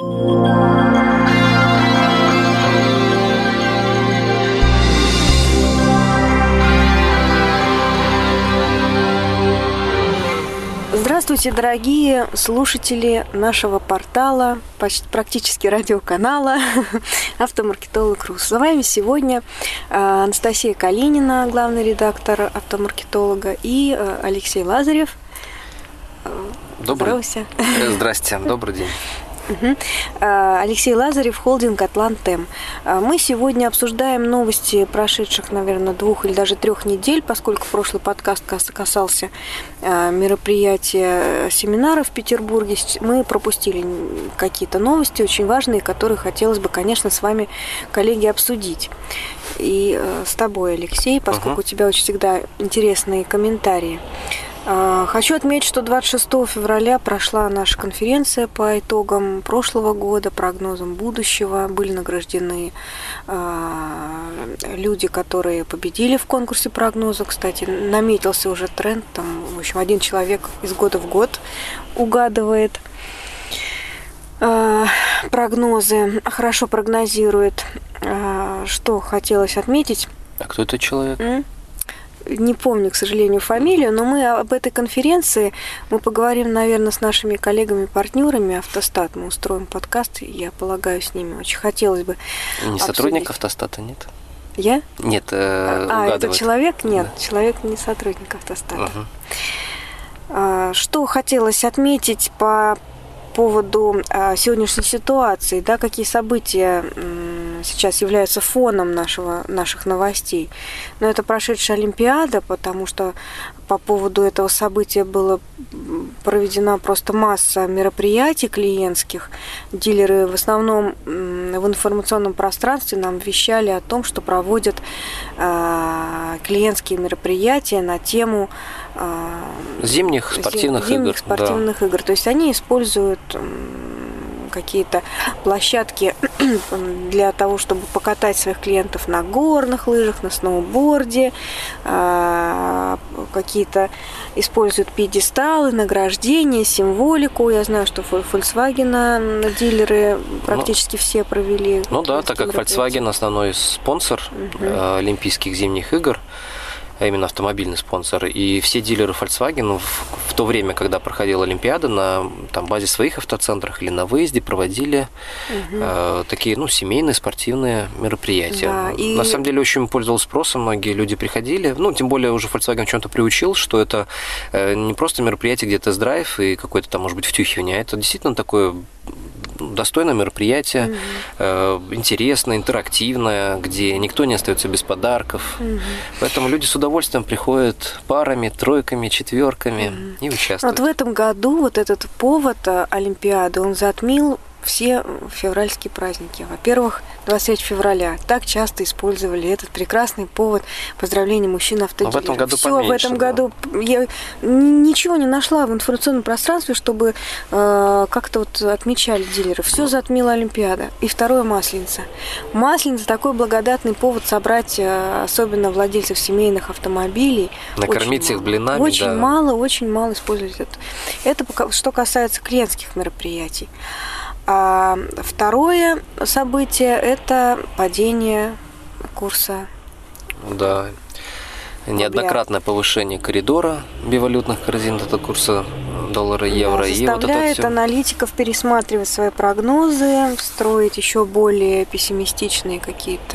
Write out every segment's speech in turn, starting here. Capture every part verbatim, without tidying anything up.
Здравствуйте, дорогие слушатели нашего портала, почти, практически радиоканала «Автомаркетолог.ру». С вами сегодня Анастасия Калинина, главный редактор «Автомаркетолога», и Алексей Лазарев. Добрый... Здравствуйте. Здрасте, добрый день. Угу. Алексей Лазарев, холдинг «Атлантем». Мы сегодня обсуждаем новости прошедших, наверное, двух или даже трех недель, поскольку прошлый подкаст касался мероприятия, семинара в Петербурге. Мы пропустили какие-то новости очень важные, которые хотелось бы, конечно, с вами, коллеги, обсудить. И с тобой, Алексей, поскольку uh-huh. у тебя очень всегда интересные комментарии. Хочу отметить, что двадцать шестого февраля прошла наша конференция по итогам прошлого года, прогнозам будущего. Были награждены люди, которые победили в конкурсе прогноза. Кстати, наметился уже тренд. Там, в общем, один человек из года в год угадывает прогнозы, хорошо прогнозирует. Что хотелось отметить? А кто этот человек? М? Не помню, к сожалению, фамилию, но мы об этой конференции мы поговорим, наверное, с нашими коллегами-партнерами «Автостат». Мы устроим подкаст, я полагаю, с ними. Очень хотелось бы Не обсудить. Сотрудник «Автостата» нет? Я? Нет, э, А, угадывает. это человек? Нет, да. человек не сотрудник «Автостата». Угу. Что хотелось отметить по поводу сегодняшней ситуации, да, какие события сейчас являются фоном нашего, наших новостей. Но это прошедшая Олимпиада, потому что по поводу этого события была проведена просто масса мероприятий клиентских. Дилеры в основном в информационном пространстве нам вещали о том, что проводят клиентские мероприятия на тему зимних спортивных зимних игр. спортивных да. игр. То есть они используют какие-то площадки для того, чтобы покатать своих клиентов на горных лыжах, на сноуборде, какие-то используют пьедесталы, награждения, символику. Я знаю, что Volkswagen дилеры практически ну, все провели. Ну да, так как Volkswagen основной спонсор угу. Олимпийских зимних игр, а именно автомобильный спонсор. И все дилеры Volkswagen в, в то время, когда проходила Олимпиада, на там, базе своих автоцентрах или на выезде проводили угу. э, такие ну, семейные спортивные мероприятия. Да, и... На самом деле очень пользовался спросом, многие люди приходили. Ну, тем более уже Volkswagen в чем-то приучил, что это э, не просто мероприятие, где тест-драйв и какое-то там, может быть, втюхивание, а это действительно такое достойное мероприятие, mm-hmm. э, интересное, интерактивное, где никто не остается без подарков. Mm-hmm. Поэтому люди с удовольствием приходят парами, тройками, четверками mm-hmm. и участвуют. Вот в этом году вот этот повод Олимпиады, он затмил все февральские праздники. Во-первых, двадцать третьего февраля. Так часто использовали этот прекрасный повод поздравления мужчин-автодилеров. В этом году Все поменьше, в этом да. году я ничего не нашла в информационном пространстве, чтобы э, как-то вот отмечали дилеров. Все затмила Олимпиада. И второе — Масленица. Масленица — такой благодатный повод собрать, э, особенно владельцев семейных автомобилей. Накормить их блинами. Очень да. мало, очень мало использовать это. Это что касается клиентских мероприятий. А второе событие – это падение курса. Да. Неоднократное повышение коридора бивалютных корзин, это курса доллара, евро. Да, и вот это заставляет все. аналитиков пересматривать свои прогнозы, строить еще более пессимистичные какие-то.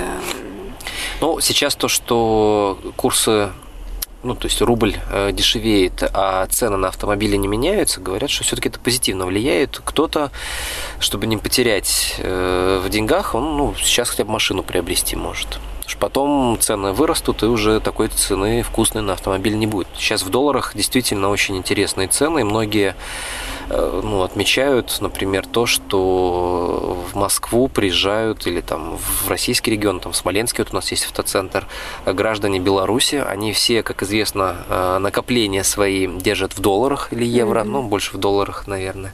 Ну, сейчас то, что курсы, ну, то есть рубль э, дешевеет, а цены на автомобили не меняются, говорят, что все-таки это позитивно влияет. Кто-то, чтобы не потерять э, в деньгах, он ну, сейчас хотя бы машину приобрести может. Потому что потом цены вырастут, и уже такой цены вкусной на автомобиль не будет. Сейчас в долларах действительно очень интересные цены, и многие э, ну, отмечают, например, то, что в Москву приезжают, или там в российский регион, там в Смоленске вот у нас есть автоцентр, граждане Беларуси, они все, как известно, накопления свои держат в долларах или евро, mm-hmm. ну, больше в долларах, наверное.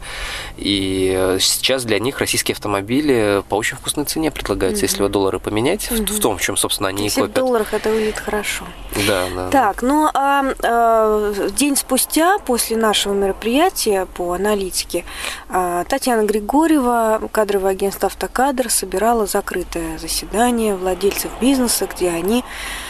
И сейчас для них российские автомобили по очень вкусной цене предлагаются, mm-hmm. если вы доллары поменять, mm-hmm. в том, в чем, собственно, собственно, они Если и копят. в долларах это выглядит хорошо. Да, да. Так, ну а, а день спустя после нашего мероприятия по аналитике Татьяна Григорьева, кадровое агентство «Автокадр», собирала закрытое заседание владельцев бизнеса, где они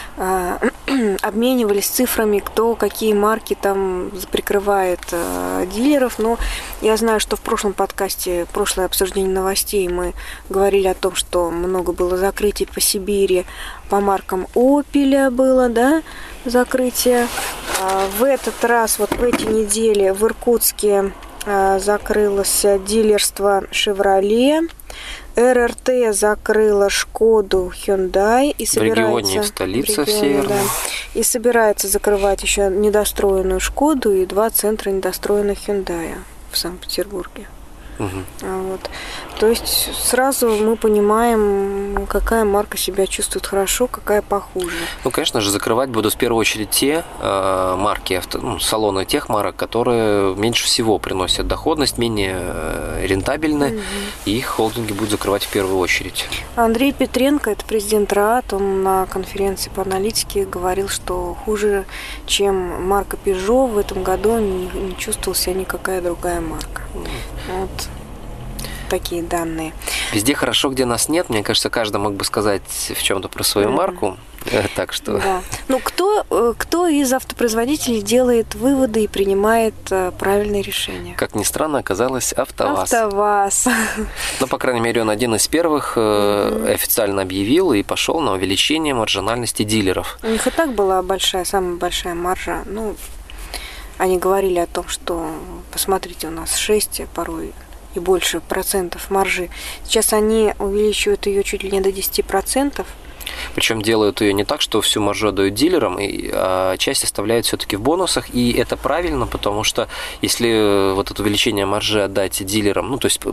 обменивались цифрами, кто какие марки там прикрывает э, дилеров. Но я знаю, что в прошлом подкасте, прошлое обсуждение новостей, мы говорили о том, что много было закрытий по Сибири, по маркам Opel было, да, закрытие. А в этот раз, вот в эти недели в Иркутске э, закрылось дилерство Chevrolet. эр эр тэ закрыла Шкоду, Hyundai и собирается в регионе, в столице в регионе, северной. Да, и собирается закрывать еще недостроенную Шкоду и два центра недостроенных Hyundai в Санкт-Петербурге. Угу. Вот. То есть сразу мы понимаем, какая марка себя чувствует хорошо, какая похуже. Ну, конечно же, закрывать будут в первую очередь те э, марки, авто, ну, салоны тех марок, которые меньше всего приносят доходность, менее э, рентабельны, угу. и их холдинги будут закрывать в первую очередь. Андрей Петренко, это президент РААТ, он на конференции по аналитике говорил, что хуже, чем марка Peugeot, в этом году не, не чувствовала себя никакая другая марка. Угу. Вот такие данные. Везде хорошо, где нас нет. Мне кажется, каждый мог бы сказать в чем-то про свою mm-hmm. марку. Так что... Да. Ну, кто, кто из автопроизводителей делает выводы и принимает правильные решения? Как ни странно, оказалось АвтоВАЗ. АвтоВАЗ. Ну, по крайней мере, он один из первых mm-hmm. официально объявил и пошел на увеличение маржинальности дилеров. У них и так была большая, самая большая маржа. Ну, они говорили о том, что, посмотрите, у нас шесть, порой и больше процентов маржи. Сейчас они увеличивают ее чуть ли не до десяти процентов. Причем делают ее не так, что всю маржу отдают дилерам, а часть оставляют все-таки в бонусах. И это правильно, потому что если вот это увеличение маржи отдать дилерам, ну, то есть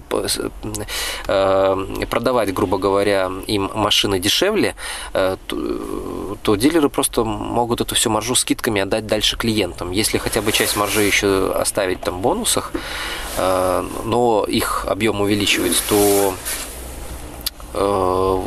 продавать, грубо говоря, им машины дешевле, то, то дилеры просто могут эту всю маржу скидками отдать дальше клиентам. Если хотя бы часть маржи еще оставить там в бонусах, но их объем увеличивать, то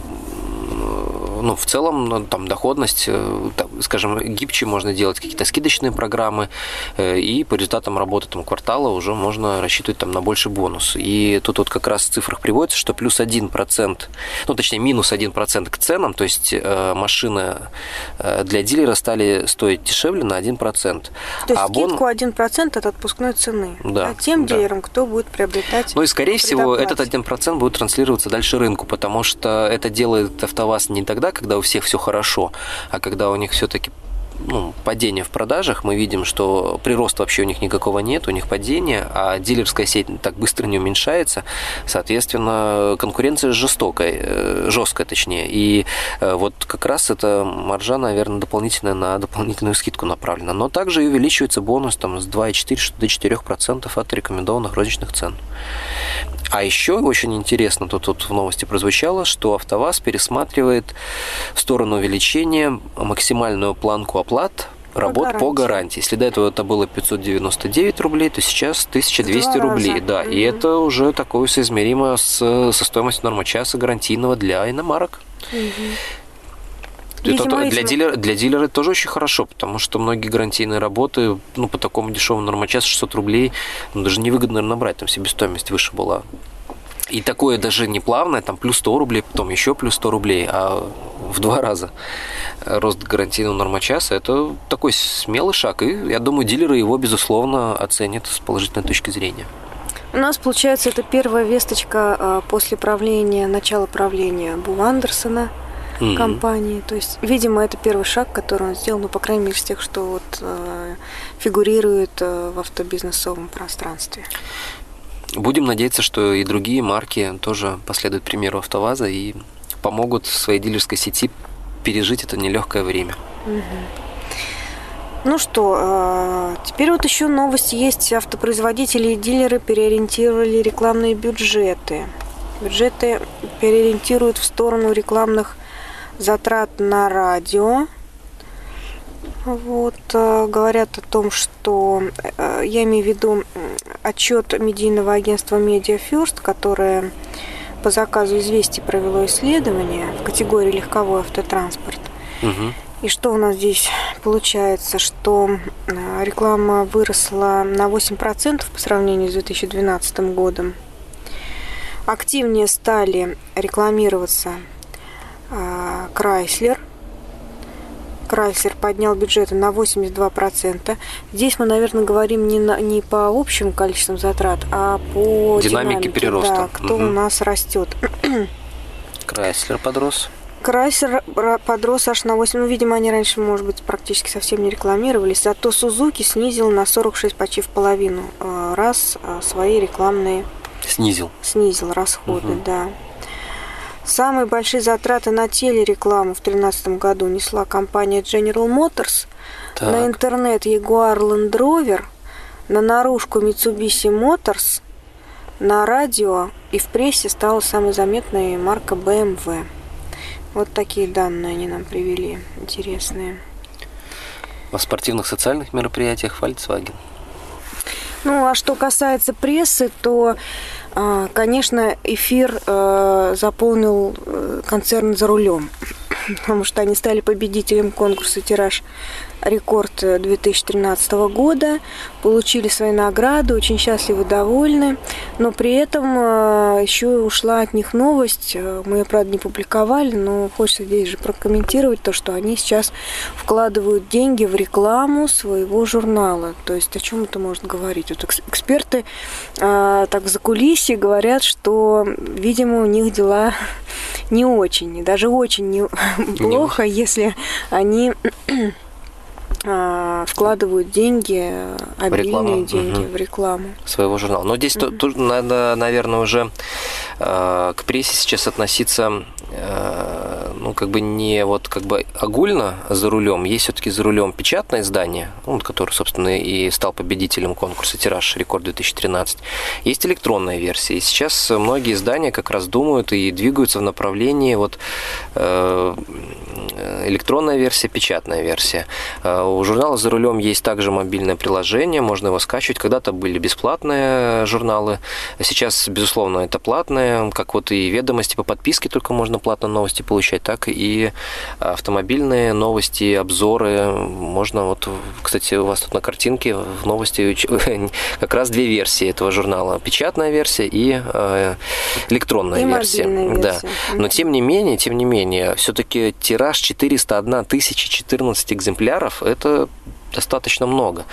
ну, в целом, там, доходность, там, скажем, гибче можно делать какие-то скидочные программы, и по результатам работы там, квартала уже можно рассчитывать там, на больший бонус. И тут вот как раз в цифрах приводится, что плюс один процент, ну, точнее, минус один процент к ценам, то есть машины для дилера стали стоить дешевле на один процент. То есть а скидку бон... один процент от отпускной цены, да, а тем да. дилерам, кто будет приобретать. Ну и, скорее всего, этот один процент будет транслироваться дальше рынку, потому что это делает АвтоВАЗ не тогда, когда у всех все хорошо, а когда у них все-таки ну, падение в продажах, мы видим, что прироста вообще у них никакого нет, у них падение, а дилерская сеть так быстро не уменьшается, соответственно, конкуренция жестокая, жесткая точнее, и вот как раз эта маржа, наверное, дополнительная на дополнительную скидку направлена, но также и увеличивается бонус там, с два и четыре до четырёх процентов от рекомендованных розничных цен. А еще очень интересно, тут, тут в новости прозвучало, что АвтоВАЗ пересматривает в сторону увеличения максимальную планку оплат работ по гарантии. по гарантии. Если до этого это было пятьсот девяносто девять рублей, то сейчас тысяча двести рублей. Да, mm-hmm. И это уже такое соизмеримо с, со стоимостью нормочаса гарантийного для иномарок. Mm-hmm. Это, Видимо, для, дилера, для дилера это тоже очень хорошо, потому что многие гарантийные работы, ну, по такому дешевому нормочасу шестьсот рублей, ну, даже невыгодно, наверное, брать, там себестоимость выше была. И такое даже не плавное, там плюс сто рублей, потом еще плюс сто рублей, а в два раза рост гарантийного нормочаса, это такой смелый шаг, и я думаю, дилеры его, безусловно, оценят с положительной точки зрения. У нас, получается, это первая весточка после правления, начала правления Бува Андерсона, Mm-hmm. компании. То есть, видимо, это первый шаг, который он сделал, ну, по крайней мере, из тех, что вот, э, фигурирует э, в автобизнесовом пространстве. Будем надеяться, что и другие марки тоже последуют примеру АвтоВАЗа и помогут своей дилерской сети пережить это нелегкое время. Mm-hmm. Ну что, э, теперь вот еще новость есть. Автопроизводители и дилеры переориентировали рекламные бюджеты. Бюджеты переориентируют в сторону рекламных затрат на радио. Вот, говорят о том, что, я имею в виду отчет медийного агентства Media First, которое по заказу «Известий» провело исследование в категории легковой автотранспорт. Угу. И что у нас здесь получается, что реклама выросла на восемь процентов по сравнению с две тысячи двенадцатым годом. Активнее стали рекламироваться Chrysler. Chrysler поднял бюджеты на восемьдесят два процента. Здесь мы, наверное, говорим не, на, не по общим количествам затрат, а по динамике, динамике перероста. Да, кто угу. у нас растет. Chrysler подрос. Chrysler подрос аж на восемь. Ну, видимо, они раньше, может быть, практически совсем не рекламировались. Зато Suzuki снизил на сорок шесть, почти в половину раз свои рекламные... Снизил. Снизил расходы, угу. да. Самые большие затраты на телерекламу в две тысячи тринадцатом году несла компания General Motors. Так. На интернет Jaguar Land Rover, на наружку Mitsubishi Motors, на радио и в прессе стала самой заметной марка бэ эм вэ. Вот такие данные они нам привели, интересные. Во спортивных социальных мероприятиях Volkswagen. Ну, а что касается прессы, то, конечно, эфир заполнил концерн «За рулем», потому что они стали победителем конкурса «Тираж Рекорд» две тысячи тринадцатого года, получили свои награды, очень счастливы, довольны, но при этом еще ушла от них новость, мы ее, правда, не публиковали, но хочется здесь же прокомментировать то, что они сейчас вкладывают деньги в рекламу своего журнала. То есть о чем это может говорить? Вот эксперты так в закулисье говорят, что, видимо, у них дела не очень, и даже очень не плохо, если они вкладывают деньги, обильные деньги угу. в рекламу своего журнала. Но здесь угу. тут надо, наверное, уже э, к прессе сейчас относиться, э, ну, как бы не вот как бы огульно за рулем. Есть все-таки за рулем печатное издание, ну, который, собственно, и стал победителем конкурса «Тираж Рекорд» две тысячи тринадцать. Есть электронная версия. И сейчас многие издания как раз думают и двигаются в направлении вот э, электронная версия, печатная версия. У журнала «За рулем» есть также мобильное приложение, можно его скачивать. Когда-то были бесплатные журналы, сейчас, безусловно, это платные, как вот и ведомости по подписке только можно платно новости получать, так и автомобильные новости, обзоры. Можно вот, кстати, у вас тут на картинке в новости как раз две версии этого журнала. Печатная версия и электронная и версия. версия. Да. Но тем не менее, тем не менее, все-таки тираж четыреста одна тысяча четырнадцать экземпляров – это достаточно много.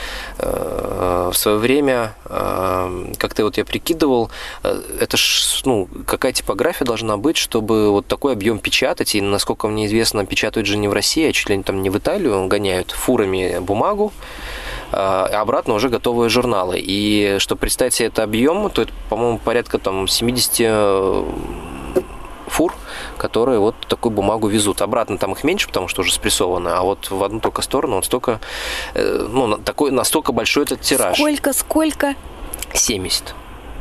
В свое время, как-то вот я прикидывал, это ж, ну, какая типография должна быть, чтобы вот такой объем печатать, и, насколько мне известно, печатают же не в России, а чуть ли не там не в Италию, гоняют фурами бумагу, а обратно уже готовые журналы. И чтобы представить себе этот объем, то это, по-моему, порядка там семьдесят фур, которые вот такую бумагу везут. Обратно там их меньше, потому что уже спрессовано, а вот в одну только сторону вот столько, ну, такой, настолько большой этот тираж. Сколько, сколько? семьдесят.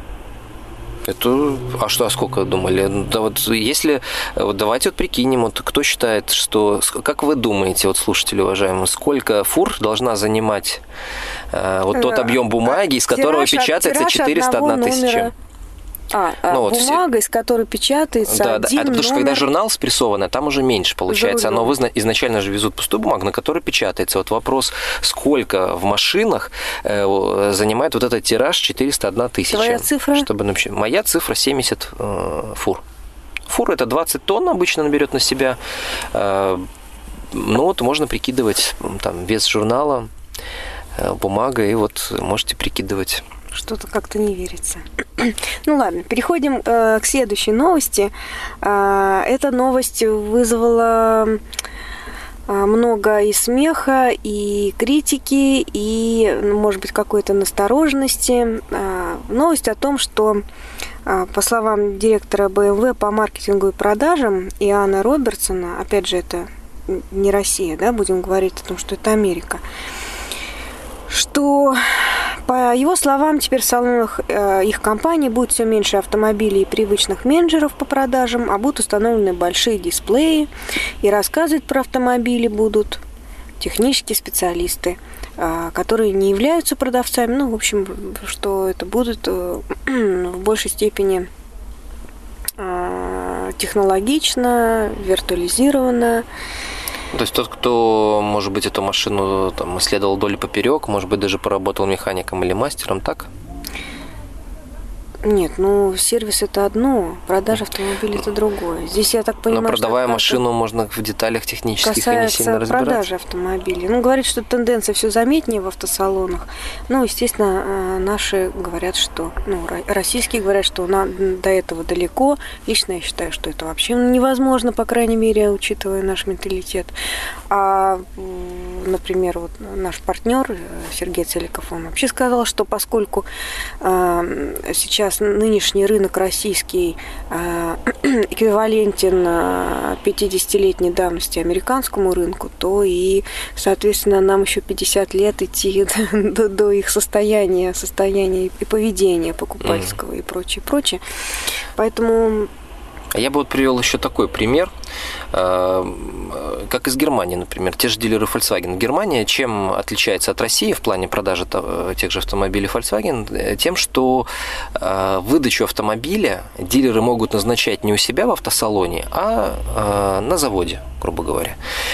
Это, а что, а сколько думали? Да вот если, вот давайте вот прикинем, вот кто считает, что, как вы думаете, вот слушатели уважаемые, сколько фур должна занимать э, вот тот объем бумаги, из которого тираж, печатается четыреста одна тысяча? А, ну, вот бумага, все... из которой печатается да, один да. А потому что номер... когда журнал спрессованный, там уже меньше получается. Оно изначально же везут пустую бумагу, на которой печатается. Вот вопрос, сколько в машинах э, занимает вот этот тираж четыреста одна тысяча. Твоя цифра? Чтобы, моя цифра семьдесят э, фур. Фур – это двадцать тонн обычно наберет на себя. Э, ну вот можно прикидывать там вес журнала, э, бумага, и вот можете прикидывать. Что-то как-то не верится. Ну ладно, переходим э, к следующей новости. Э, эта новость вызвала э, много и смеха, и критики, и, ну, может быть, какой-то настороженности. Э, новость о том, что, э, по словам директора бэ эм вэ по маркетингу и продажам Иоанна Робертсона, опять же, это не Россия, да, будем говорить о том, что это Америка, что, по его словам, теперь в салонах э, их компании будет все меньше автомобилей и привычных менеджеров по продажам, а будут установлены большие дисплеи, и рассказывать про автомобили будут технические специалисты, э, которые не являются продавцами, ну, в общем, что это будут э, в большей степени технологично, виртуализировано. То есть тот, кто, может быть, эту машину там, исследовал вдоль и поперек, может быть, даже поработал механиком или мастером, так? Нет, ну сервис это одно, продажа автомобиля это другое. Здесь я так понимаю, но продавая что машину, можно в деталях технических и не сильно разбираться. Продажи автомобилей. Ну, говорит, что тенденция все заметнее в автосалонах. Ну, естественно, наши говорят, что, ну, российские говорят, что на, до этого далеко. Лично я считаю, что это вообще невозможно, по крайней мере, учитывая наш менталитет. А, например, вот наш партнер Сергей Целиков, он вообще сказал, что поскольку э, сейчас нынешний рынок российский э, эквивалентен пятидесятилетней давности американскому рынку, то и, соответственно, нам еще пятьдесят лет идти до, до их состояния, состояния и поведения покупательского mm. и прочее, прочее. Поэтому... Я бы вот привел еще такой пример, как из Германии, например, те же дилеры Volkswagen. Германия чем отличается от России в плане продажи тех же автомобилей Volkswagen? Тем, что выдачу автомобиля дилеры могут назначать не у себя в автосалоне, а на заводе, грубо говоря.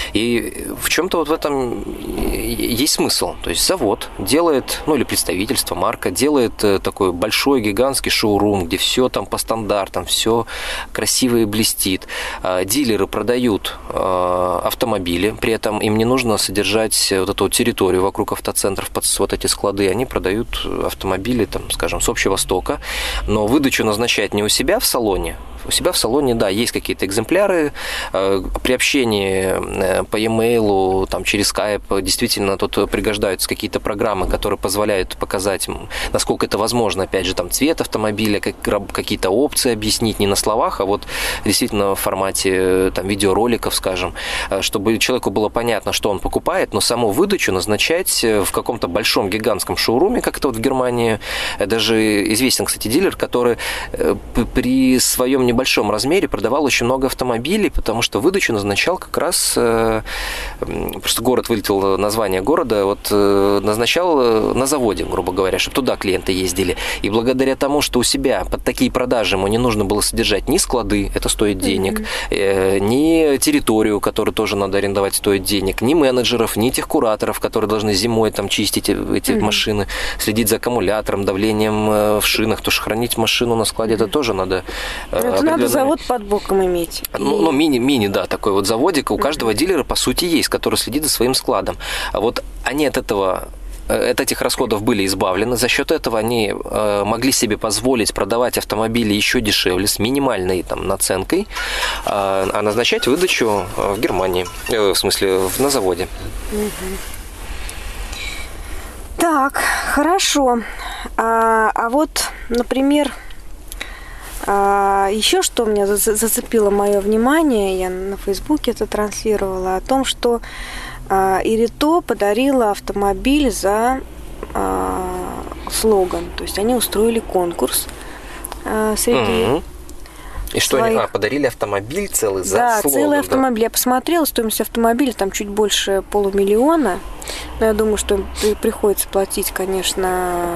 И в чем-то вот в этом есть смысл. То есть завод делает, ну или представительство, марка делает такой большой гигантский шоурум, где все там по стандартам, все красиво и блестит. Дилеры продают автомобили, при этом им не нужно содержать вот эту территорию вокруг автоцентров, вот эти склады, они продают автомобили, там, скажем, с общего стока, но выдачу назначать не у себя в салоне. У себя в салоне, да, есть какие-то экземпляры. При общении по e-mail, там, через Skype действительно тут пригождаются какие-то программы, которые позволяют показать, насколько это возможно, опять же, там, цвет автомобиля, какие-то опции объяснить не на словах, а вот действительно в формате там, видеороликов, скажем, чтобы человеку было понятно, что он покупает, но саму выдачу назначать в каком-то большом гигантском шоуруме, как это вот в Германии. Даже известен, кстати, дилер, который при своем небольшом большом размере продавал очень много автомобилей, потому что выдачу назначал как раз, э, просто город вылетел, название города, вот э, назначал на заводе, грубо говоря, чтобы туда клиенты ездили. И благодаря тому, что у себя под такие продажи ему не нужно было содержать ни склады, это стоит денег, mm-hmm. э, ни территорию, которую тоже надо арендовать, стоит денег, ни менеджеров, ни техкураторов, которые должны зимой там чистить эти mm-hmm. машины, следить за аккумулятором, давлением в шинах, потому что хранить машину на складе mm-hmm. это тоже надо. Э, Надо завод под боком иметь. Ну, ну мини, мини, да, такой вот заводик у каждого mm-hmm. дилера, по сути, есть, который следит за своим складом. А вот они от этого, от этих расходов были избавлены. За счет этого они э, могли себе позволить продавать автомобили еще дешевле, с минимальной там, наценкой, э, а назначать выдачу в Германии, э, в смысле, на заводе. Mm-hmm. Так, хорошо. А, а вот, например... А, еще что меня зацепило мое внимание, я на Фейсбуке это транслировала, о том, что а, Ирито подарила автомобиль за а, слоган. То есть они устроили конкурс а, среди mm-hmm. И что своих... они а, подарили автомобиль целый за да, слоган? Целый автомобиль. Да. Я посмотрела, стоимость автомобиля там чуть больше полумиллиона. Но я думаю, что приходится платить, конечно,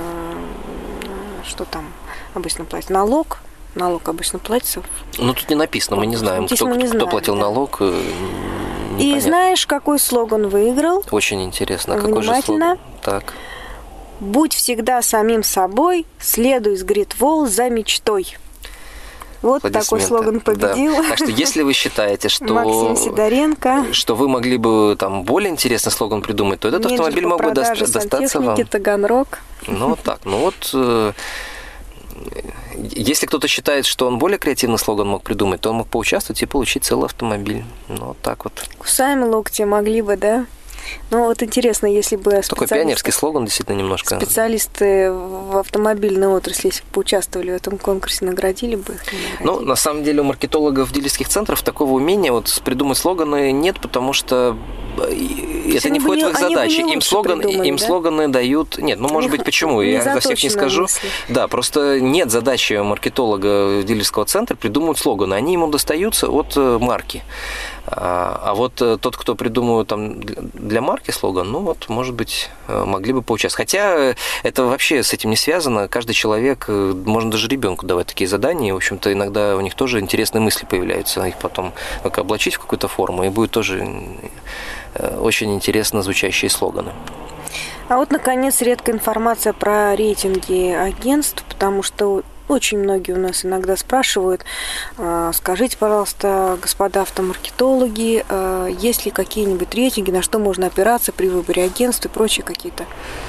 что там обычно платить налог. Налог обычно платится. Ну, тут не написано, мы не знаем, кто, мы не кто знаем, платил да. налог. Непонятно. И знаешь, какой слоган выиграл? Очень интересно. Какой же слоган? Так. «Будь всегда самим собой, следуй с Great Wall за мечтой». Вот такой слоган победил. Да. Так что, если вы считаете, что Максим Сидоренко, что вы могли бы там более интересный слоган придумать, то этот автомобиль мог бы доста- достаться вам. Таганрог. Ну вот так. Ну вот. Если кто-то считает, что он более креативный слоган мог придумать, то он мог поучаствовать и получить целый автомобиль. Ну, вот так вот. Кусаем локти могли бы, да? Ну, вот интересно, если бы... Такой пионерский слоган, действительно, немножко... Специалисты в автомобильной отрасли, если бы поучаствовали в этом конкурсе, наградили бы их? Ну, на самом деле, у маркетологов дилерских центров такого умения вот придумать слоганы нет, потому что это не входит в их задачи. Им, слоган, им да? слоганы дают... Нет, ну, может быть, почему? Я за всех не скажу. Мысли. Да, просто нет задачи маркетолога дилерского центра придумывать слоганы. Они ему достаются от марки. А вот тот, кто придумывает там для марки слоган, ну вот, может быть, могли бы поучаствовать. Хотя это вообще с этим не связано. Каждый человек, можно даже ребенку давать такие задания. И, в общем-то, иногда у них тоже интересные мысли появляются. Их потом как облачить в какую-то форму, и будет тоже очень интересно звучащие слоганы. А вот, наконец, редкая информация про рейтинги агентств, потому что очень многие у нас иногда спрашивают, скажите, пожалуйста, господа автомаркетологи, есть ли какие-нибудь рейтинги, на что можно опираться при выборе агентств и прочие какие-то.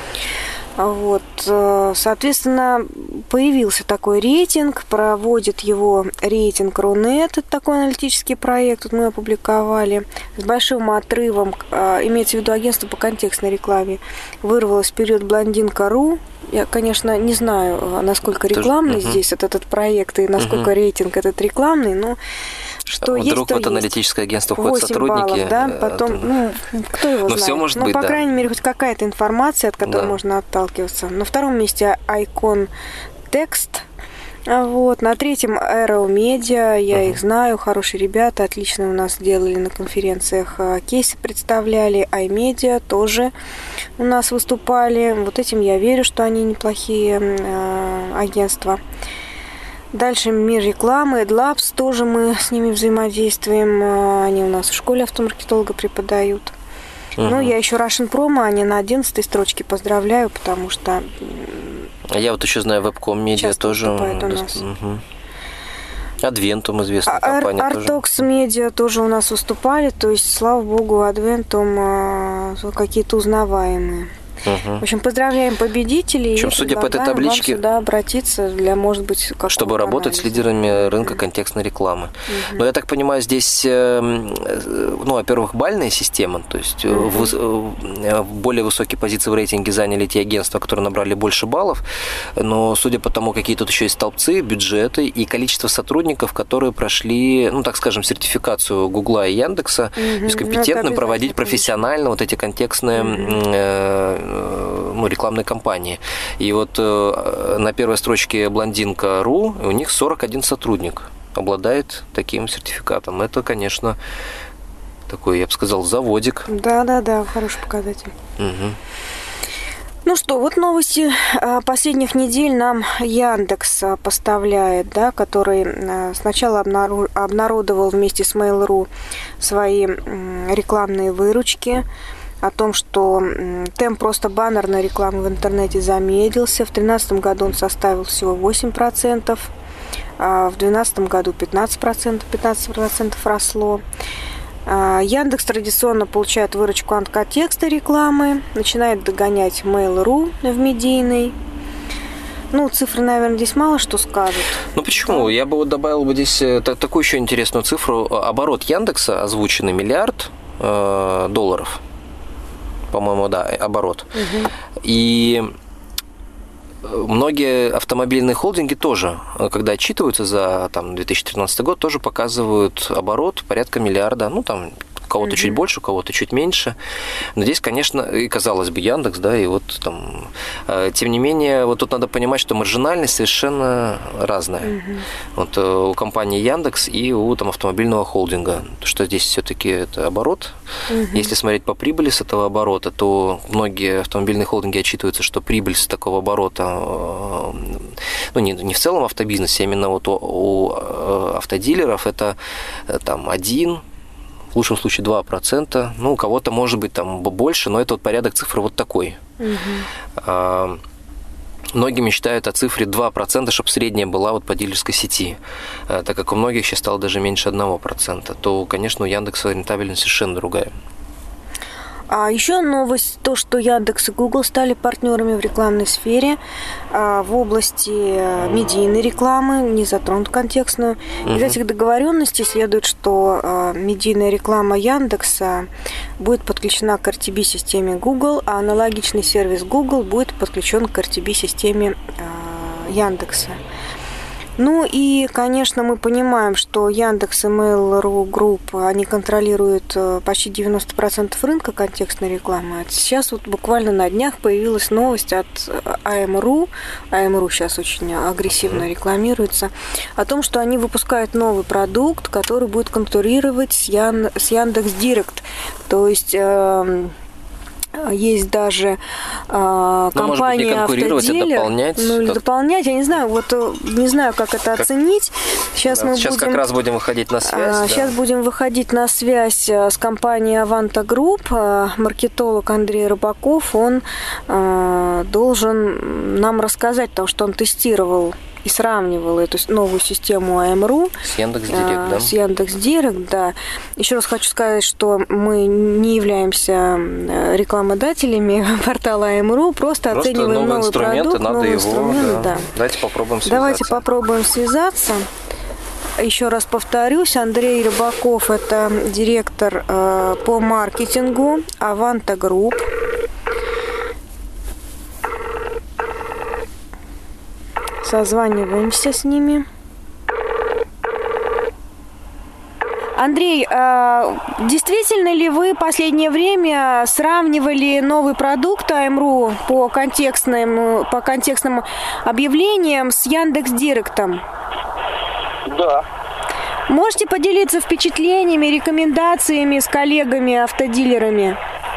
Вот, соответственно, появился такой рейтинг, проводит его рейтинг Рунет, это такой аналитический проект, вот мы опубликовали, с большим отрывом, имеется в виду агентство по контекстной рекламе, вырвалось вперед Блондинка.ру. Я, конечно, не знаю, насколько рекламный Тоже, здесь угу. этот проект и насколько угу. рейтинг этот рекламный, но что Вдруг есть, в это аналитическое агентство входят сотрудники. Баллов, да, потом, ну, кто его ну, знает. Все может ну, быть, по да. крайней мере, хоть какая-то информация, от которой да. можно отталкиваться. На втором месте Icon Text. Вот. На третьем Aero Media, я uh-huh. их знаю, хорошие ребята, отлично у нас делали на конференциях кейсы, представляли, iMedia тоже у нас выступали. Вот этим я верю, что они неплохие э, агентства. Дальше мир рекламы, AdLabs, тоже мы с ними взаимодействуем, они у нас в школе автомаркетолога преподают. Uh-huh. Ну, я еще Russian Promo, они на одиннадцатой строчке, поздравляю, потому что... Я вот еще знаю Webcom Media тоже. У нас. Угу. Adventum известная а, компания Ar- тоже. Artox Media тоже у нас выступали, то есть, слава богу, Adventum э, какие-то узнаваемые. Угу. В общем, поздравляем победителей. Причем, и судя по этой табличке, вам сюда обратиться для, может быть, чтобы работать с лидерами рынка контекстной рекламы. Угу. Но я так понимаю, здесь, ну, во-первых, бальная система, то есть угу. в более высокие позиции в рейтинге заняли те агентства, которые набрали больше баллов, но судя по тому, какие тут еще есть столбцы, бюджеты и количество сотрудников, которые прошли, ну, так скажем, сертификацию Гугла и Яндекса, угу. то есть компетентны проводить профессионально вот эти контекстные угу. ну, рекламной кампании. И вот э, на первой строчке Блондинка.ру у них сорок один сотрудник обладает таким сертификатом. Это, конечно, такой, я бы сказал, заводик. Да-да-да, хороший показатель. Угу. Ну что, вот новости последних недель нам Яндекс поставляет, да, который сначала обнародовал вместе с Mail.ru свои рекламные выручки, о том, что темп просто баннерной рекламы в интернете замедлился. В две тысячи тринадцатом году он составил всего восемь процентов, а в две тысячи двенадцатом году пятнадцать процентов, пятнадцать процентов росло. Яндекс традиционно получает выручку от контекста рекламы, начинает догонять Mail.ru в медийной. Ну, цифры, наверное, здесь мало что скажут. Ну, почему? Я бы вот добавил бы здесь такую еще интересную цифру. Оборот Яндекса озвученный миллиард э, долларов. По-моему, да, оборот. Угу. И многие автомобильные холдинги тоже, когда отчитываются за там, две тысячи тринадцатый год, тоже показывают оборот порядка миллиарда. Ну, там, у кого-то mm-hmm. чуть больше, у кого-то чуть меньше. Но здесь, конечно, и казалось бы, Яндекс, да, и вот там... Тем не менее, вот тут надо понимать, что маржинальность совершенно разная. Mm-hmm. Вот у компании Яндекс и у там, автомобильного холдинга. Что здесь все-таки это оборот. Mm-hmm. Если смотреть по прибыли с этого оборота, то многие автомобильные холдинги отчитываются, что прибыль с такого оборота, ну, не, не в целом автобизнесе, а именно вот у, у автодилеров это там один, в лучшем случае два процента, ну, у кого-то может быть там больше, но это вот порядок цифр вот такой. Угу. А, многие мечтают о цифре два процента, чтобы средняя была вот по дилерской сети. А, так как у многих сейчас стало даже меньше одного процента, то, конечно, у Яндекса рентабельность совершенно другая. А еще новость, то, что Яндекс и Google стали партнерами в рекламной сфере в области медийной рекламы, не затронут контекстную. Из uh-huh. этих договоренностей следует, что медийная реклама Яндекса будет подключена к эр ти би-системе Google, а аналогичный сервис Google будет подключен к эр ти би-системе Яндекса. Ну и, конечно, мы понимаем, что Яндекс и Mail.ru Group, они контролируют почти девяносто процентов рынка контекстной рекламы. Сейчас вот буквально на днях появилась новость от АМ.ру, АМ.ру сейчас очень агрессивно рекламируется, о том, что они выпускают новый продукт, который будет конкурировать с, Ян... с Яндекс.Директ. То есть... Э... Есть даже э, компания автодилер, дополнять, ну или как... дополнять, я не знаю, вот не знаю, как это как... оценить. Сейчас да, мы сейчас будем, как раз будем выходить на связь. Э, да. Сейчас будем выходить на связь с компанией Avanta Group. Э, маркетолог Андрей Рыбаков, он э, должен нам рассказать, потому что он тестировал и сравнивал эту новую систему АМ.ру с Яндекс.Директ, да? С Яндекс.Директ, да. Еще раз хочу сказать, что мы не являемся рекламодателями портала АМ.ру, просто, просто оцениваем новый продукт, надо новый его, инструмент. Да. Да. Давайте попробуем связаться. Давайте попробуем связаться. Еще раз повторюсь, Андрей Рыбаков – это директор э, по маркетингу Avanta Group. Созваниваемся с ними. Андрей, действительно ли вы последнее время сравнивали новый продукт АМ.ру по контекстным, по контекстным объявлениям с Яндекс.Директом? Да. Можете поделиться впечатлениями, рекомендациями с коллегами-автодилерами?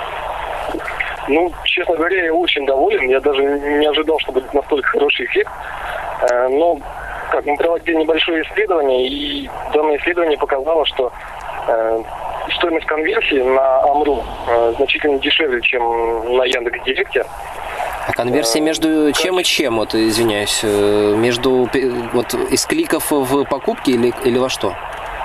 Ну, честно говоря, я очень доволен. Я даже не ожидал, что будет настолько хороший эффект. Но как, мы проводили небольшое исследование, и данное исследование показало, что э, стоимость конверсии на АМ.ру э, значительно дешевле, чем на Яндекс.Директе. А конверсия между чем и чем, вот, извиняюсь, между вот, из кликов в покупки или, или во что?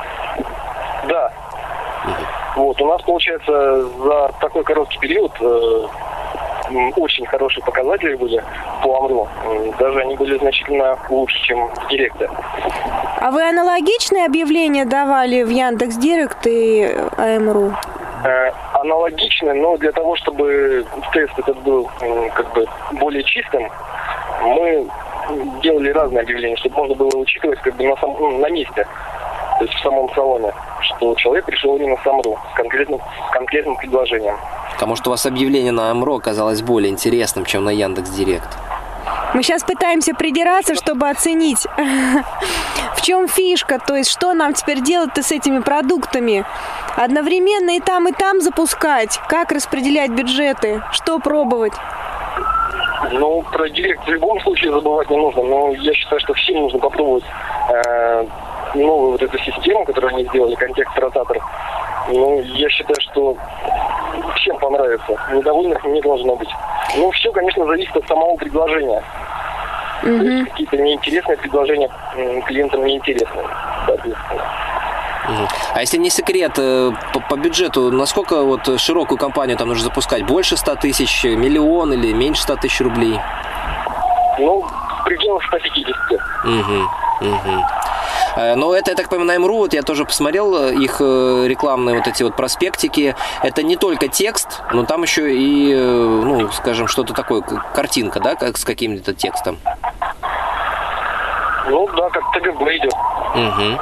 Да. Угу. Вот, у нас, получается, за такой короткий период э, очень хорошие показатели были по АМ.ру. Даже они были значительно лучше, чем в Директе. А вы аналогичные объявления давали в Яндекс.Директ и АМ.ру? Э, аналогичные, но для того, чтобы тест этот был э, как бы более чистым, мы делали разные объявления, чтобы можно было учитывать как бы на, сам, ну, на месте, то есть в самом салоне, что человек пришел именно с АМ.ру, с конкретным, с конкретным предложением. Потому что у вас объявление на АМ.ру оказалось более интересным, чем на Яндекс.Директ. Мы сейчас пытаемся придираться, чтобы оценить, в чем фишка, то есть что нам теперь делать-то с этими продуктами. Одновременно и там, и там запускать, как распределять бюджеты, что пробовать. Ну, про Директ в любом случае забывать не нужно, но я считаю, что всем нужно попробовать э, новую вот эту систему, которую они сделали, контекст-ротатор. Ну, я считаю, что всем понравится. Недовольных не должно быть. Ну, все, конечно, зависит от самого предложения. Mm-hmm. То есть какие-то неинтересные предложения клиентам неинтересны, соответственно. Mm-hmm. А если не секрет, по, по бюджету, насколько вот широкую компанию там нужно запускать? Больше ста тысяч, миллион или меньше ста тысяч рублей? Ну, в пределах ста пятидесяти. Угу, угу. Но это, я так понимаю, на АМ.ру, вот я тоже посмотрел их рекламные вот эти вот проспектики. Это не только текст, но там еще и, ну, скажем, что-то такое, картинка, да, как с каким-то текстом. Ну да, как ТГБ идет. Угу.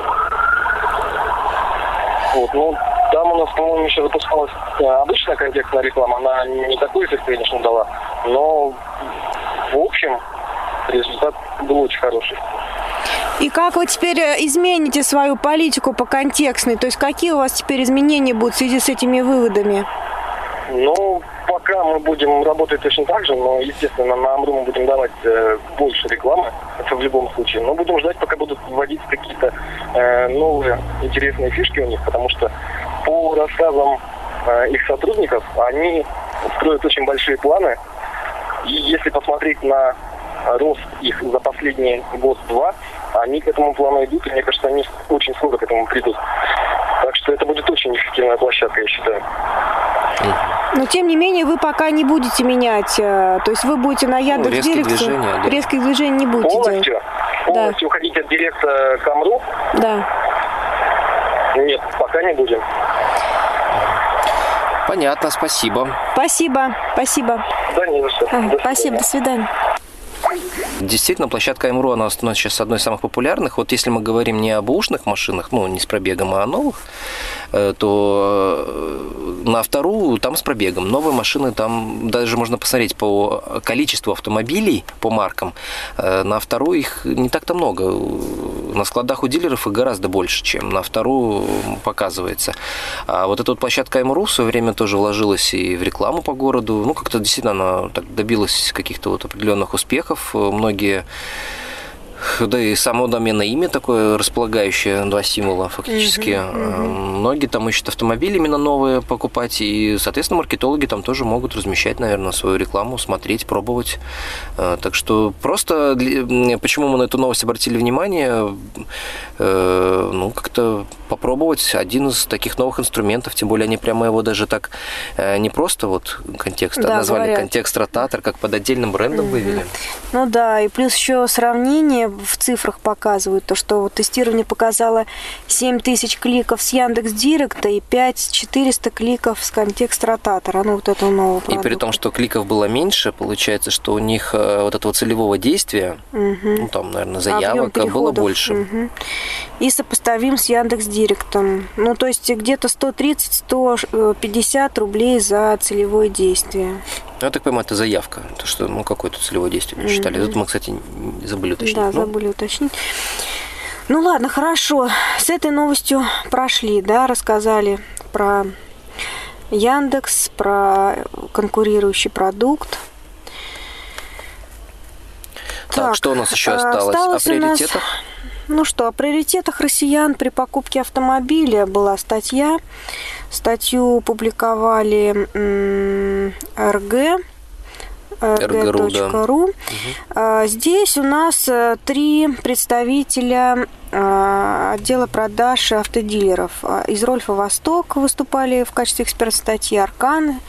Вот, ну, там у нас, по-моему, еще запускалась обычная контекстная реклама. Она не такой эффект, конечно, дала, но в общем результат был очень хороший. И как вы теперь измените свою политику по контекстной? То есть какие у вас теперь изменения будут в связи с этими выводами? Ну, пока мы будем работать точно так же, но, естественно, на АМ.ру мы будем давать э, больше рекламы, это в любом случае. Но будем ждать, пока будут вводить какие-то э, новые интересные фишки у них, потому что по рассказам э, их сотрудников, они строят очень большие планы. И если посмотреть на рост их за последний год-два, они к этому плану идут, и мне кажется, они очень скоро к этому придут. Так что это будет очень эффективная площадка, я считаю. Но, тем не менее, вы пока не будете менять, то есть вы будете на Яндекс.Директе, ну, да. резких движений не будете полностью, делать. Полностью да. уходить от Директа к АМ.ру? Да. Нет, пока не будем. Понятно, спасибо. Спасибо, спасибо. Да, не за что. Ага, до спасибо, до свидания. Действительно, площадка АМ.ру, она становится сейчас одной из самых популярных. Вот если мы говорим не об бэушных машинах, ну, не с пробегом, а о новых, то на Автору там с пробегом. Новые машины, там даже можно посмотреть по количеству автомобилей, по маркам. На Автору их не так-то много. На складах у дилеров их гораздо больше, чем на Автору показывается. А вот эта вот площадка АМ.ру в свое время тоже вложилась и в рекламу по городу. Ну, как-то действительно она так добилась каких-то вот определенных успехов. Многие, да и само доменное имя такое располагающее, два символа фактически. Uh-huh, uh-huh. Многие там ищут автомобили именно новые покупать, и, соответственно, маркетологи там тоже могут размещать, наверное, свою рекламу, смотреть, пробовать. Так что просто почему мы на эту новость обратили внимание, ну, как-то попробовать один из таких новых инструментов, тем более они прямо его даже так не просто вот контекст, да, назвали говорят. Контекст ротатор, как под отдельным брендом uh-huh. вывели. Ну да, и плюс еще сравнение в цифрах показывают, то, что вот тестирование показало семь тысяч кликов с Яндекс.Директа и пять тысяч четыреста кликов с контекст ротатора, ну вот этого нового продукта. И при том, что кликов было меньше, получается, что у них вот этого целевого действия, угу. ну там, наверное, заявок было больше. Угу. И сопоставим с Яндекс.Директом. Ну, то есть где-то сто тридцать - сто пятьдесят рублей за целевое действие. Я так понимаю, это заявка, то, что ну, какое-то целевое действие не считали. Mm-hmm. Это мы, кстати, забыли уточнить. Да, но... забыли уточнить. Ну ладно, хорошо. С этой новостью прошли, да, рассказали про Яндекс, про конкурирующий продукт. Так, так что у нас еще осталось? осталось о приоритетах? Нас... Ну что, о приоритетах россиян при покупке автомобиля была статья. Статью публиковали эр гэ, эр гэ точка ру. Да. Угу. Здесь у нас три представителя отдела продаж автодилеров. Из Рольфа Восток выступали в качестве эксперта статьи, Аркан,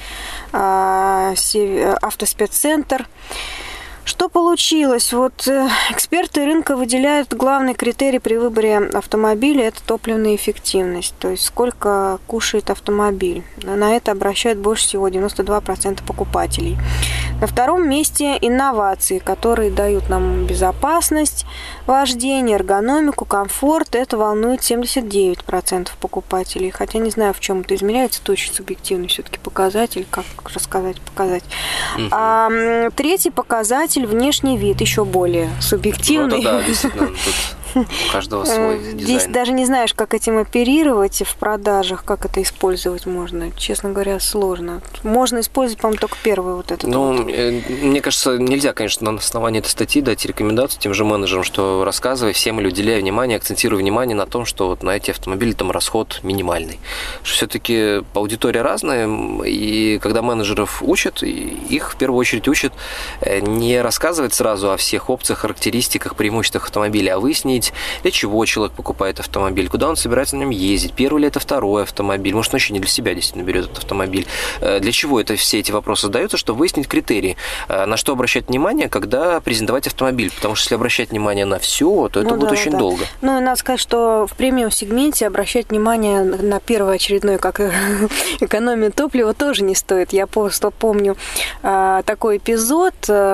Автоспеццентр. Что получилось? Вот эксперты рынка выделяют главный критерий при выборе автомобиля – это топливная эффективность, то есть сколько кушает автомобиль. На это обращают больше всего девяносто два процента покупателей. На втором месте инновации, которые дают нам безопасность вождения, эргономику, комфорт. Это волнует семьдесят девять процентов покупателей. Хотя не знаю, в чем это измеряется, это очень субъективный все-таки показатель, как рассказать, показать. Угу. А третий показатель – внешний вид, еще более субъективный. Ну, да, действительно, тут у каждого свой дизайн. Здесь даже не знаешь, как этим оперировать в продажах, как это использовать можно. Честно говоря, сложно. Можно использовать, по-моему, только первый вот этот. Ну, вот. Мне кажется, нельзя, конечно, на основании этой статьи дать рекомендацию тем же менеджерам, что рассказывай всем или уделяя внимание, акцентируя внимание на том, что вот на эти автомобили там расход минимальный. Что все-таки аудитория разная, и когда менеджеров учат, их в первую очередь учат не рассказывать сразу о всех опциях, характеристиках, преимуществах автомобиля, а выяснить, для чего человек покупает автомобиль, куда он собирается на нем ездить, первый ли это второй автомобиль, может, он еще не для себя действительно берет этот автомобиль. Для чего это все эти вопросы задаются, чтобы выяснить критерии, на что обращать внимание, когда презентовать автомобиль, потому что если обращать внимание на все, то это ну, будет да, очень да. долго. Ну, и надо сказать, что в премиум-сегменте обращать внимание на первоочередное, как экономия топлива, тоже не стоит. Я просто помню такой эпизод.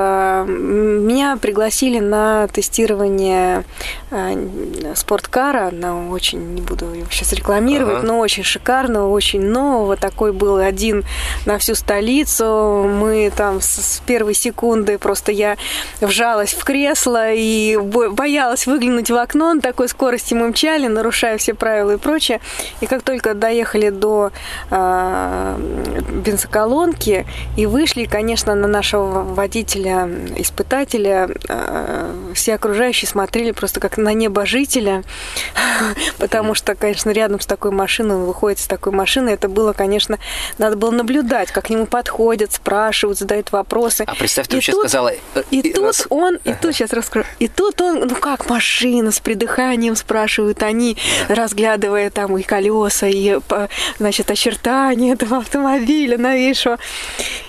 Меня пригласили на тестирование спорткара, на очень, не буду его сейчас рекламировать, ага. но очень шикарного, очень нового. Такой был один на всю столицу. Мы там с первой секунды просто я вжалась в кресло и боялась выглянуть в окно. На такой скорости мы мчали, нарушая все правила и прочее. И как только доехали до э, бензоколонки и вышли, конечно, на нашего водителя, испытателя, э, все окружающие смотрели просто как на небожителя, потому что, конечно, рядом с такой машиной, он выходит с такой машины, это было, конечно, надо было наблюдать, как к нему подходят, спрашивают, задают вопросы. А представь, ты вообще сказала... И, и тут раз... он, и тут сейчас расскажу, и тут он, ну как машина, с придыханием спрашивают они, разглядывая там и колеса, и, значит, очертания этого автомобиля новейшего.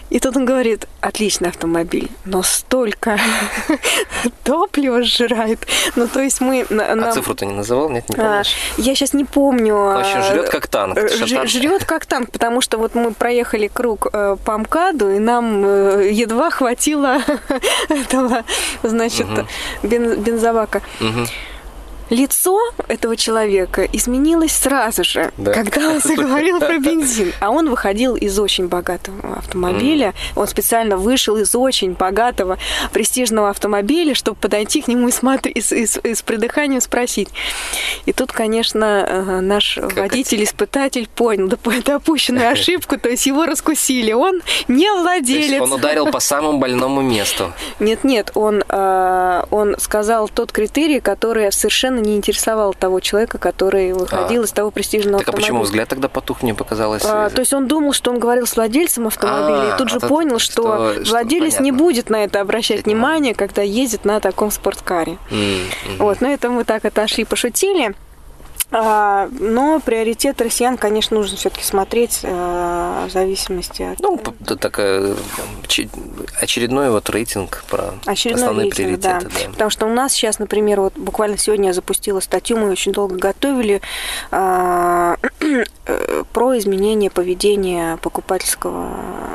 И тут он говорит, отличный автомобиль, но столько топлива сжирает. Ну, то есть мы... Нам... А цифру-то не называл? Нет, не помнишь? А, я сейчас не помню. Вообще жрет как танк. Ж- жрет как танк, потому что вот мы проехали круг э, по МКАДу, и нам э, едва хватило этого, значит, угу. бен- бензобака. Угу. Лицо этого человека изменилось сразу же, да. когда он заговорил про бензин. А он выходил из очень богатого автомобиля. Mm. Он специально вышел из очень богатого, престижного автомобиля, чтобы подойти к нему и, смотри, и, и, и с придыханием спросить. И тут, конечно, наш как водитель-испытатель понял допущенную ошибку, то есть его раскусили. Он не владелец. Он ударил по самому больному месту. Нет-нет, он, он сказал тот критерий, который совершенно не интересовал того человека, который выходил а, из того престижного так автомобиля. Так а почему взгляд тогда потух, мне показалось? А, то есть он думал, что он говорил с владельцем автомобиля, а, и тут же а понял, что, что владелец что, не будет на это обращать это внимание, когда ездит на таком спорткаре. Mm-hmm. Вот, ну это мы так отошли, пошутили. А, но приоритет россиян, конечно, нужно все-таки смотреть а, в зависимости от... Ну, такая очередной вот рейтинг про очередной основные рейтинг, приоритеты. Да. Да. Потому что у нас сейчас, например, вот буквально сегодня я запустила статью, мы очень долго готовили, а, про изменение поведения покупательского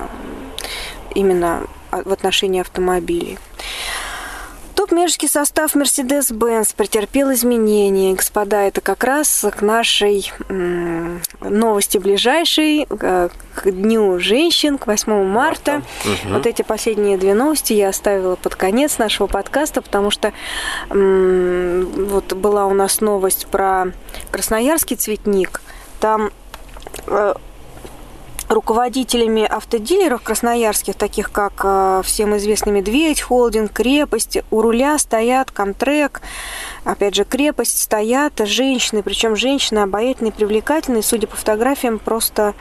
именно в отношении автомобилей. Топ-менеджерский состав Mercedes-Benz претерпел изменения. Господа, это как раз к нашей м- новости ближайшей, к Дню женщин, к восьмому марта. Угу. Вот эти последние две новости я оставила под конец нашего подкаста, потому что м- вот была у нас новость про Красноярский цветник. Там... Э- руководителями автодилеров красноярских, таких как э, всем известный Медведь, Холдинг, Крепость, у руля стоят Комтрек, опять же, Крепость, стоят женщины, причем женщины обаятельные, привлекательные, судя по фотографиям, просто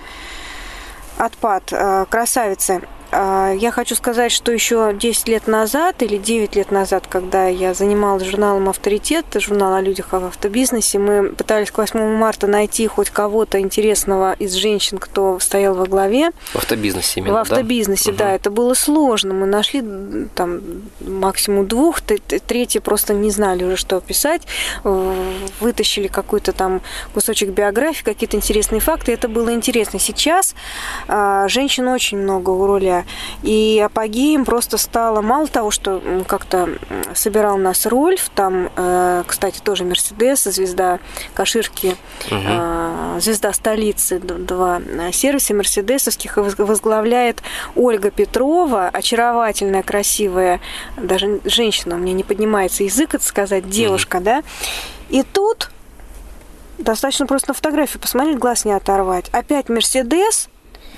отпад, э, красавицы. Я хочу сказать, что еще десять лет назад или девять лет назад, когда я занималась журналом «Авторитет», журнал о людях в автобизнесе, мы пытались к восьмому марта найти хоть кого-то интересного из женщин, кто стоял во главе. В автобизнесе именно, В автобизнесе, да? да. Это было сложно. Мы нашли там максимум двух, третьи просто не знали уже, что писать. Вытащили какой-то там кусочек биографии, какие-то интересные факты. Это было интересно. Сейчас женщин очень много у руля. И апогеем просто стало мало того, что как-то собирал нас Рольф, там, кстати, тоже Мерседес, звезда Каширки, угу. звезда столицы, два сервиса мерседесовских, возглавляет Ольга Петрова, очаровательная, красивая, даже женщина, у меня не поднимается язык это сказать, девушка, угу. да, и тут достаточно просто на фотографию посмотреть, глаз не оторвать. Опять Мерседес.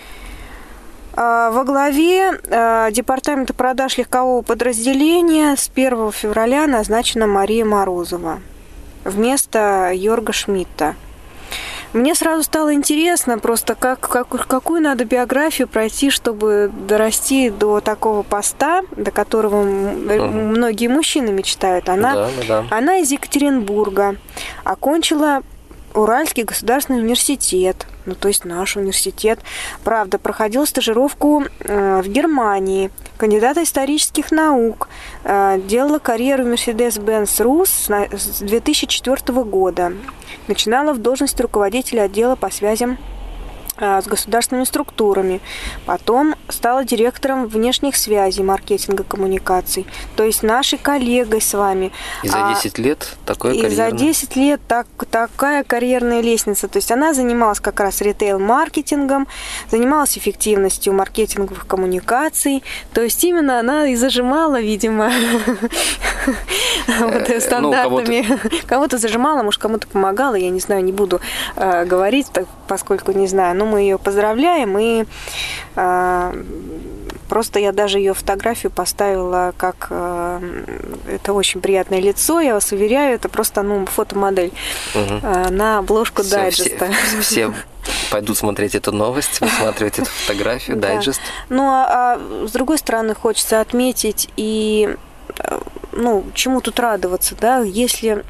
Во главе департамента продаж легкового подразделения с первого февраля назначена Мария Морозова вместо Йорга Шмидта. Мне сразу стало интересно просто, как, как, какую надо биографию пройти, чтобы дорасти до такого поста, до которого mm. многие мужчины мечтают. Она, да, да. она из Екатеринбурга, окончила Уральский государственный университет, ну, то есть наш университет. Правда, проходил стажировку в Германии, кандидата исторических наук, делала карьеру в Mercedes-Benz Рус с две тысячи четвёртого года. Начинала в должности руководителя отдела по связям с государственными структурами. Потом стала директором внешних связей, маркетинга, коммуникаций. То есть нашей коллегой с вами. И за десять лет такое карьерное? И за десять лет так, такая карьерная лестница. То есть она занималась как раз ритейл-маркетингом, занималась эффективностью маркетинговых коммуникаций. То есть именно она и зажимала, видимо, стандартами. Кого-то зажимала, может, кому-то помогала. Я не знаю, не буду говорить, поскольку не знаю. Но мы ее поздравляем, и э, просто я даже ее фотографию поставила как э, это очень приятное лицо, я вас уверяю, это просто ну, фотомодель угу. э, на обложку все, дайджеста. Все, все пойдут смотреть эту новость, высматривать эту фотографию, дайджест. Ну, а с другой стороны, хочется отметить и, ну, чему тут радоваться, да, если...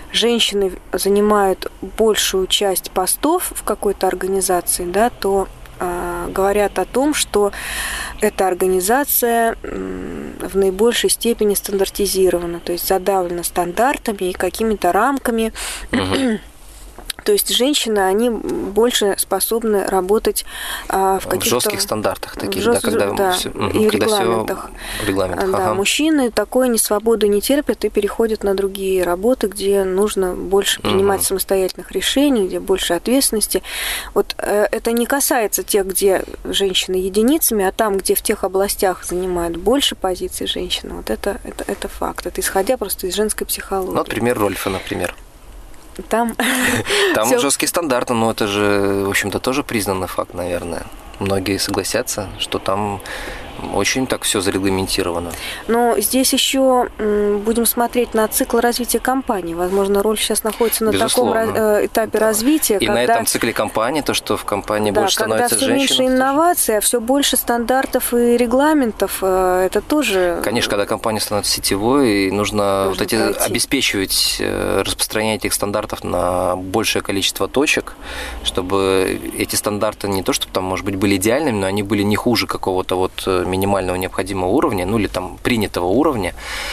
женщины занимают большую часть постов в какой-то организации, да, то э, говорят о том, что эта организация э, в наибольшей степени стандартизирована, то есть задавлена стандартами и какими-то рамками. Угу. То есть женщины, они больше способны работать а, в каких-то... В жестких стандартах таких, жест... да, когда, да, все, и когда регламентах. Все в регламентах. Да, ага. Мужчины такой несвободу не терпят и переходят на другие работы, где нужно больше принимать угу. самостоятельных решений, где больше ответственности. Вот э, это не касается тех, где женщины единицами, а там, где в тех областях занимают больше позиций женщины, вот это, это, это факт. Это исходя просто из женской психологии. Ну, например, Рольфа, например. Там, Там жесткие стандарты, но это же, в общем-то, тоже признанный факт, наверное. Многие согласятся, что там очень так все зарегламентировано. Но здесь еще будем смотреть на цикл развития компании. Возможно, Рольф сейчас находится на Безусловно. таком этапе да. развития. И когда... на этом цикле компании, то, что в компании да, больше становится женщин. Когда все меньше инноваций, а все больше стандартов и регламентов, это тоже... Конечно, когда компания становится сетевой, нужно вот эти, обеспечивать распространение этих стандартов на большее количество точек, чтобы эти стандарты не то, чтобы там, может быть, были идеальными, но они были не хуже какого-то вот минимального необходимого уровня, ну или там принятого уровня,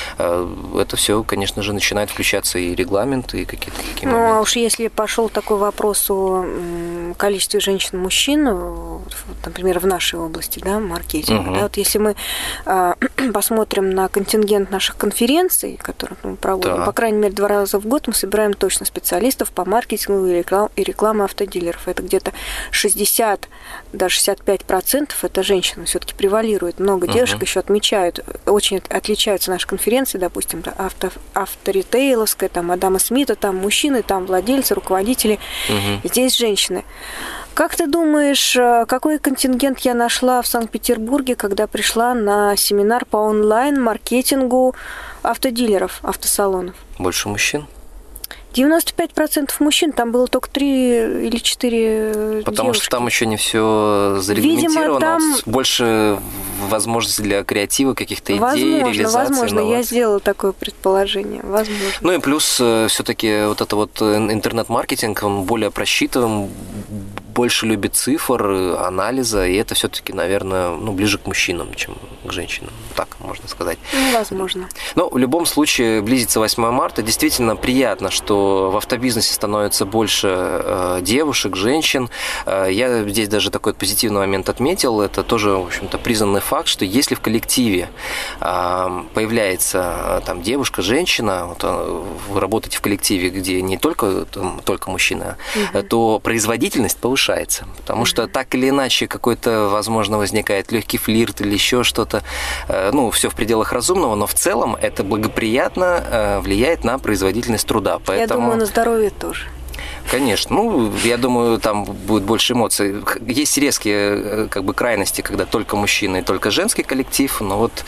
это все, конечно же, начинает включаться и регламент, и какие-то такие ну, моменты. А уж если пошел такой вопрос о количестве женщин и мужчин, например, в нашей области, да, маркетинга, угу. да, вот если мы а, посмотрим на контингент наших конференций, которые мы проводим, да. по крайней мере, два раза в год мы собираем точно специалистов по маркетингу и рекламе, и рекламе автодилеров. Это где-то шестьдесят, даже шестьдесят пять процентов это женщины, все-таки превалирует. Много девушек uh-huh. еще отмечают, очень отличаются наши конференции, допустим, авто, авторитейловская, там Адама Смита, там мужчины, там владельцы, руководители, uh-huh. здесь женщины. Как ты думаешь, какой контингент я нашла в Санкт-Петербурге, когда пришла на семинар по онлайн-маркетингу автодилеров, автосалонов? Больше мужчин? девяносто пять процентов мужчин, там было только три или четыре Потому девушки. что там еще не все зарегламентировано, Видимо, там... больше возможностей для креатива, каких-то возможно, идей, реализации. Возможно, инноваций. Я сделала такое предположение, возможно. Ну и плюс все-таки вот это вот интернет-маркетинг, он более просчитан, больше любит цифр, анализа, и это все-таки, наверное, ну, ближе к мужчинам, чем к женщинам, так можно сказать. Ну, возможно. Но в любом случае близится восьмое марта, действительно приятно, что в автобизнесе становится больше э, девушек, женщин. Э, я здесь даже такой позитивный момент отметил, это тоже, в общем-то, признанный факт, что если в коллективе э, появляется э, там девушка, женщина, вот, э, вы работаете в коллективе, где не только, там, только мужчина, угу. то производительность повышается. Потому что так или иначе какой-то, возможно, возникает легкий флирт или еще что-то. Ну, все в пределах разумного, но в целом это благоприятно влияет на производительность труда. Поэтому... Я думаю, на здоровье тоже. Конечно. Ну, я думаю, там будет больше эмоций. Есть резкие как бы крайности, когда только мужчина и только женский коллектив. Но вот,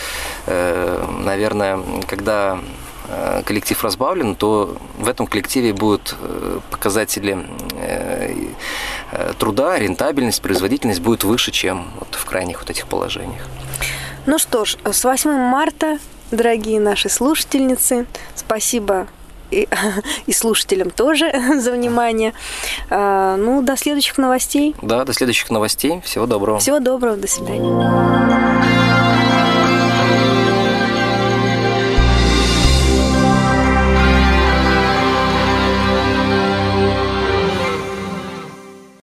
наверное, когда коллектив разбавлен, то в этом коллективе будут показатели труда, рентабельность, производительность будет выше, чем вот в крайних вот этих положениях. Ну что ж, с восьмым марта, дорогие наши слушательницы, спасибо и, и слушателям тоже за внимание. Ну, до следующих новостей. Да, до следующих новостей. Всего доброго. Всего доброго, до свидания.